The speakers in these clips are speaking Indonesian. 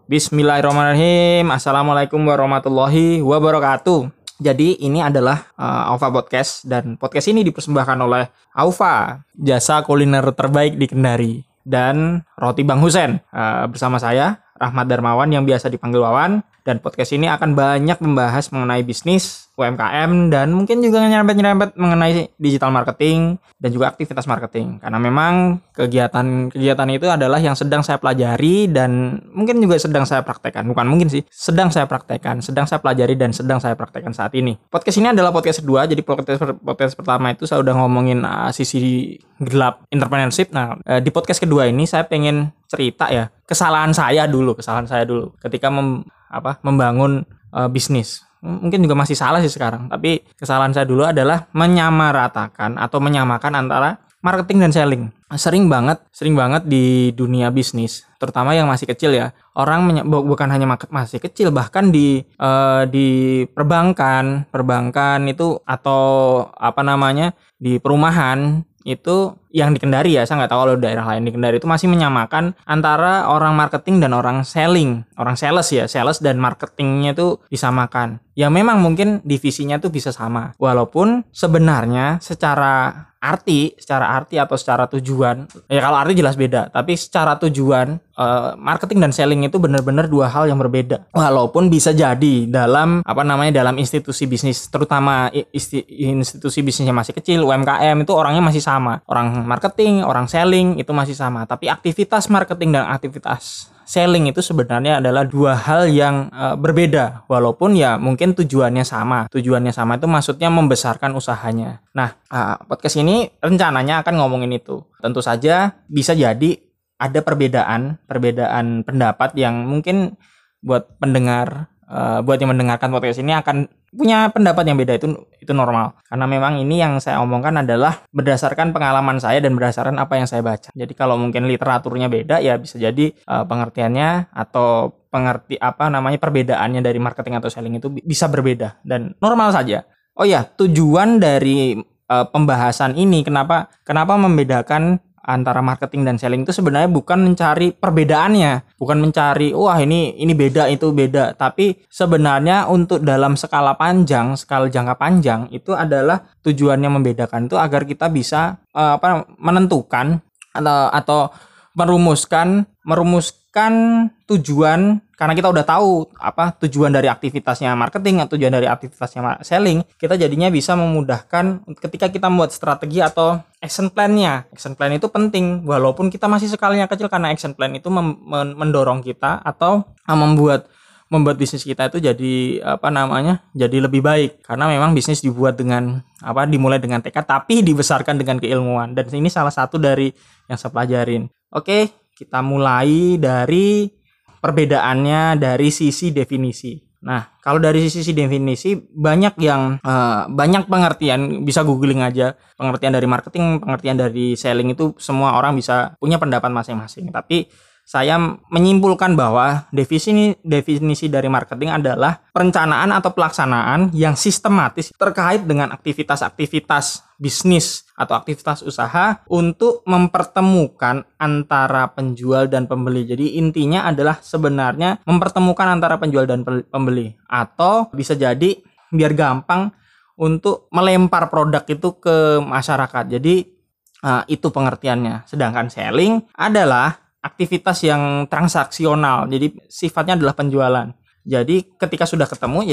Bismillahirrahmanirrahim. Assalamualaikum warahmatullahi wabarakatuh. Jadi ini adalah Aufa Podcast dan podcast ini dipersembahkan oleh Aufa, jasa kuliner terbaik di Kendari, dan Roti Bang Husen. Bersama saya Rahmat Darmawan yang biasa dipanggil Wawan, dan podcast ini akan banyak membahas mengenai bisnis, UMKM, dan mungkin juga nyerempet-nyerempet mengenai digital marketing dan juga aktivitas marketing. Karena memang kegiatan itu adalah yang sedang saya pelajari dan mungkin juga sedang saya praktekkan. Bukan mungkin sih, sedang saya praktekkan, sedang saya pelajari dan sedang saya praktekkan saat ini. Podcast ini adalah podcast kedua. Jadi podcast pertama itu saya udah ngomongin sisi gelap entrepreneurship. Nah, di podcast kedua ini saya pengen cerita ya, kesalahan saya dulu ketika membangun bisnis. Mungkin juga masih salah sih sekarang, tapi kesalahan saya dulu adalah menyamaratakan atau menyamakan antara marketing dan selling. Sering banget di dunia bisnis, terutama yang masih kecil ya. Orang bukan hanya masih kecil, bahkan di perbankan itu atau di perumahan itu yang di Kendari ya, saya nggak tahu kalau daerah lain. Di Kendari itu masih menyamakan antara orang marketing dan orang selling, orang sales ya, sales dan marketingnya itu disamakan. Ya memang mungkin divisinya tuh bisa sama, walaupun sebenarnya secara arti atau secara tujuan, ya kalau arti jelas beda, tapi secara tujuan marketing dan selling itu benar-benar dua hal yang berbeda. Walaupun bisa jadi dalam dalam institusi bisnis, terutama institusi bisnisnya masih kecil, UMKM itu orangnya masih sama. Orang marketing, orang selling itu masih sama, tapi aktivitas marketing dan aktivitas selling itu sebenarnya adalah dua hal yang berbeda, walaupun ya mungkin tujuannya sama itu maksudnya membesarkan usahanya. Nah, podcast ini rencananya akan ngomongin itu. Tentu saja bisa jadi ada perbedaan pendapat yang mungkin buat pendengar, buat yang mendengarkan podcast ini akan punya pendapat yang beda. Itu normal, karena memang ini yang saya omongkan adalah berdasarkan pengalaman saya dan berdasarkan apa yang saya baca. Jadi kalau mungkin literaturnya beda, ya bisa jadi pengertiannya atau perbedaannya dari marketing atau selling itu bisa berbeda dan normal saja. Oh ya, tujuan dari pembahasan ini kenapa membedakan antara marketing dan selling itu sebenarnya bukan mencari perbedaannya, bukan mencari wah ini beda itu beda, tapi sebenarnya untuk dalam skala jangka panjang itu adalah tujuannya membedakan itu agar kita bisa menentukan atau merumuskan tujuan. Karena kita udah tahu tujuan dari aktivitasnya marketing atau tujuan dari aktivitasnya selling, kita jadinya bisa memudahkan ketika kita membuat strategi atau action plan-nya. Action plan itu penting walaupun kita masih skalanya kecil, karena action plan itu mendorong kita atau membuat bisnis kita itu jadi lebih baik. Karena memang bisnis dibuat dimulai dengan tekad tapi dibesarkan dengan keilmuan, dan ini salah satu dari yang saya pelajarin. Oke, kita mulai dari perbedaannya dari sisi definisi. Nah, kalau dari sisi definisi banyak pengertian, bisa googling aja pengertian dari marketing, pengertian dari selling, itu semua orang bisa punya pendapat masing-masing. Tapi saya menyimpulkan bahwa definisi dari marketing adalah perencanaan atau pelaksanaan yang sistematis terkait dengan aktivitas-aktivitas bisnis atau aktivitas usaha untuk mempertemukan antara penjual dan pembeli. Jadi intinya adalah sebenarnya mempertemukan antara penjual dan pembeli, atau bisa jadi biar gampang untuk melempar produk itu ke masyarakat. Jadi itu pengertiannya. Sedangkan selling adalah aktivitas yang transaksional, jadi sifatnya adalah penjualan. Jadi ketika sudah ketemu,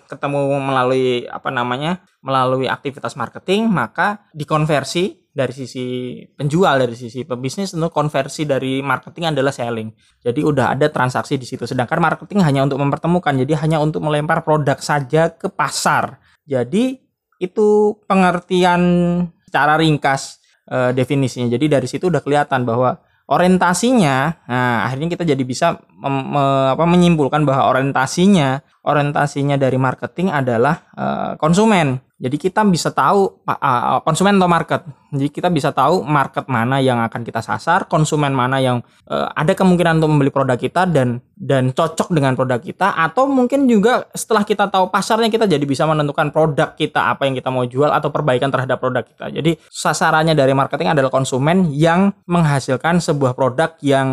melalui aktivitas marketing, maka dikonversi dari sisi penjual, dari sisi pebisnis, tentu konversi dari marketing adalah selling. Jadi udah ada transaksi di situ. Sedangkan marketing hanya untuk mempertemukan, jadi hanya untuk melempar produk saja ke pasar. Jadi itu pengertian secara ringkas definisinya. Jadi dari situ udah kelihatan bahwa orientasinya, akhirnya kita jadi bisa menyimpulkan bahwa orientasinya dari marketing adalah konsumen. Jadi kita bisa tahu konsumen atau market. Jadi kita bisa tahu market mana yang akan kita sasar, konsumen mana yang ada kemungkinan untuk membeli produk kita dan cocok dengan produk kita, atau mungkin juga setelah kita tahu pasarnya, kita jadi bisa menentukan produk kita apa yang kita mau jual atau perbaikan terhadap produk kita. Jadi sasarannya dari marketing adalah konsumen yang menghasilkan sebuah produk yang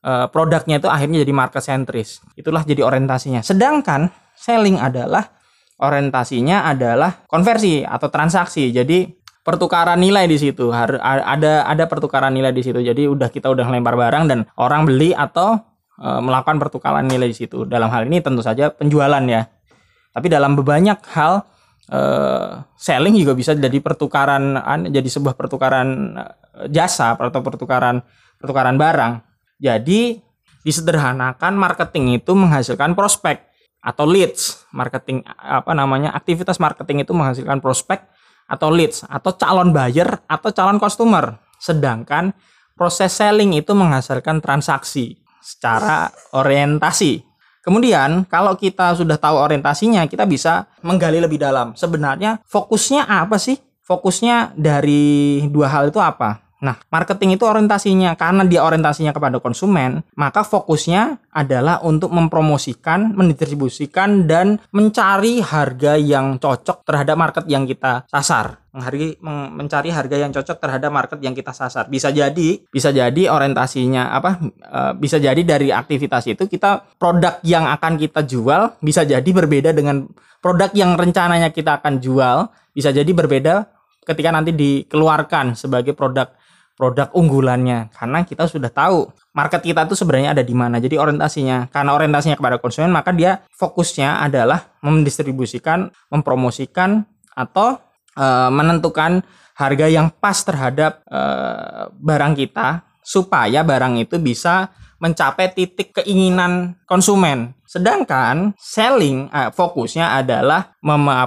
produknya itu akhirnya jadi market sentris. Itulah jadi orientasinya. Sedangkan selling adalah orientasinya adalah konversi atau transaksi. Jadi pertukaran nilai di situ ada pertukaran nilai di situ. Jadi kita udah lempar barang dan orang beli atau melakukan pertukaran nilai di situ. Dalam hal ini tentu saja penjualan ya. Tapi dalam banyak hal selling juga bisa jadi jadi sebuah pertukaran jasa atau pertukaran barang. Jadi disederhanakan marketing itu menghasilkan prospek atau leads. Aktivitas marketing itu menghasilkan prospek atau leads atau calon buyer atau calon customer. Sedangkan proses selling itu menghasilkan transaksi secara orientasi. Kemudian kalau kita sudah tahu orientasinya, kita bisa menggali lebih dalam. Sebenarnya fokusnya apa sih? Fokusnya dari dua hal itu apa? Nah, marketing itu orientasinya, karena dia orientasinya kepada konsumen, maka fokusnya adalah untuk mempromosikan, mendistribusikan, dan mencari harga yang cocok terhadap market yang kita sasar. Mencari harga yang cocok terhadap market yang kita sasar. Bisa jadi orientasinya bisa jadi dari aktivitas itu produk yang akan kita jual bisa jadi berbeda dengan produk yang rencananya kita akan jual, bisa jadi berbeda ketika nanti dikeluarkan sebagai produk unggulannya, karena kita sudah tahu market kita tuh sebenarnya ada di mana. Jadi karena orientasinya kepada konsumen, maka dia fokusnya adalah mendistribusikan, mempromosikan atau menentukan harga yang pas terhadap barang kita supaya barang itu bisa mencapai titik keinginan konsumen. Sedangkan selling fokusnya adalah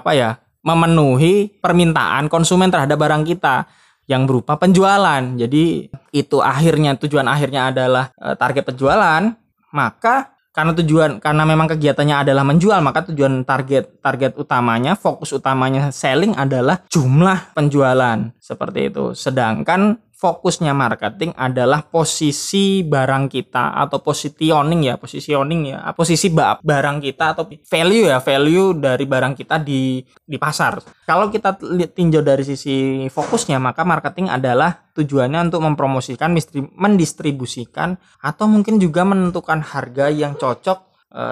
memenuhi permintaan konsumen terhadap barang kita yang berupa penjualan. Jadi itu tujuan akhirnya adalah target penjualan, maka karena memang kegiatannya adalah menjual, maka tujuan target utamanya, fokus utamanya selling adalah jumlah penjualan, seperti itu. Sedangkan fokusnya marketing adalah posisi barang kita atau positioning ya, posisi barang kita atau value dari barang kita di pasar. Kalau kita tinjau dari sisi fokusnya, maka marketing adalah tujuannya untuk mempromosikan, mendistribusikan, atau mungkin juga menentukan harga yang cocok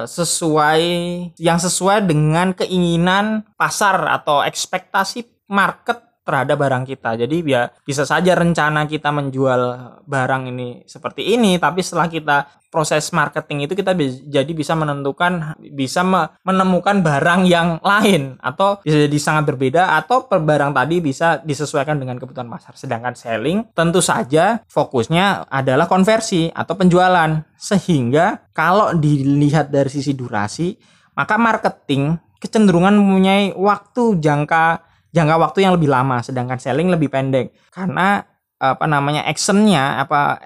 sesuai dengan keinginan pasar atau ekspektasi market terhadap barang kita. Jadi bisa saja rencana kita menjual barang ini seperti ini, tapi setelah kita proses marketing itu kita bisa menemukan barang yang lain, atau bisa jadi sangat berbeda, atau per barang tadi bisa disesuaikan dengan kebutuhan pasar. Sedangkan selling tentu saja fokusnya adalah konversi atau penjualan. Sehingga kalau dilihat dari sisi durasi, maka marketing kecenderungan mempunyai jangka waktu yang lebih lama, sedangkan selling lebih pendek. Karena actionnya,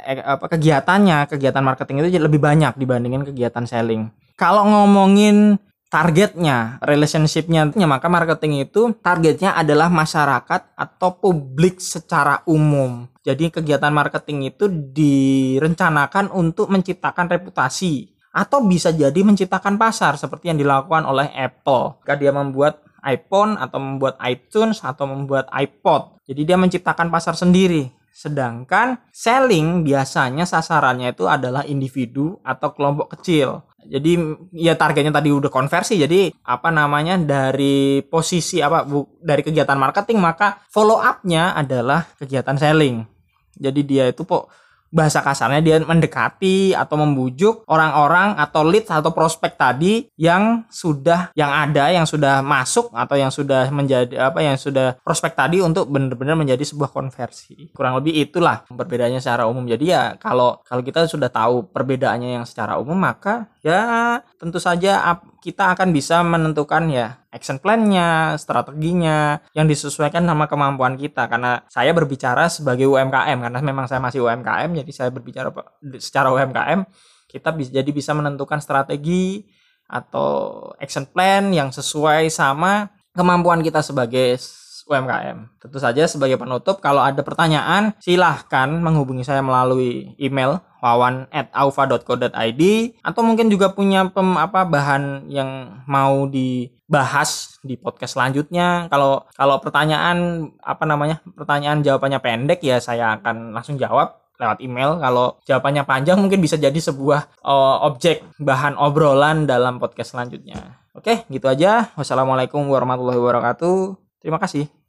kegiatan marketing itu lebih banyak dibandingin kegiatan selling. Kalau ngomongin targetnya, relationship-nya, maka marketing itu targetnya adalah masyarakat atau publik secara umum. Jadi kegiatan marketing itu direncanakan untuk menciptakan reputasi atau bisa jadi menciptakan pasar, seperti yang dilakukan oleh Apple ketika dia membuat iPhone atau membuat iTunes atau membuat iPod. Jadi dia menciptakan pasar sendiri. Sedangkan selling biasanya sasarannya itu adalah individu atau kelompok kecil. Jadi ya targetnya tadi udah konversi. Jadi dari posisi dari kegiatan marketing, maka follow up-nya adalah kegiatan selling. Jadi dia itu bahasa kasarnya dia mendekati atau membujuk orang-orang atau leads atau prospek tadi yang sudah masuk atau yang sudah prospek tadi untuk benar-benar menjadi sebuah konversi. Kurang lebih itulah perbedaannya secara umum. Jadi ya kalau kita sudah tahu perbedaannya yang secara umum, maka ya tentu saja kita akan bisa menentukan ya action plan-nya, strateginya yang disesuaikan sama kemampuan kita. Karena saya berbicara sebagai UMKM, karena memang saya masih UMKM, jadi saya berbicara secara UMKM, kita bisa menentukan strategi atau action plan yang sesuai sama kemampuan kita sebagai UMKM. Tentu saja sebagai penutup, kalau ada pertanyaan silahkan menghubungi saya melalui email wawan@aufa.co.id, atau mungkin juga punya bahan yang mau dibahas di podcast selanjutnya. Kalau pertanyaan pertanyaan jawabannya pendek, ya saya akan langsung jawab lewat email. Kalau jawabannya panjang mungkin bisa jadi sebuah objek bahan obrolan dalam podcast selanjutnya. Oke, gitu aja. Wassalamualaikum warahmatullahi wabarakatuh. Terima kasih.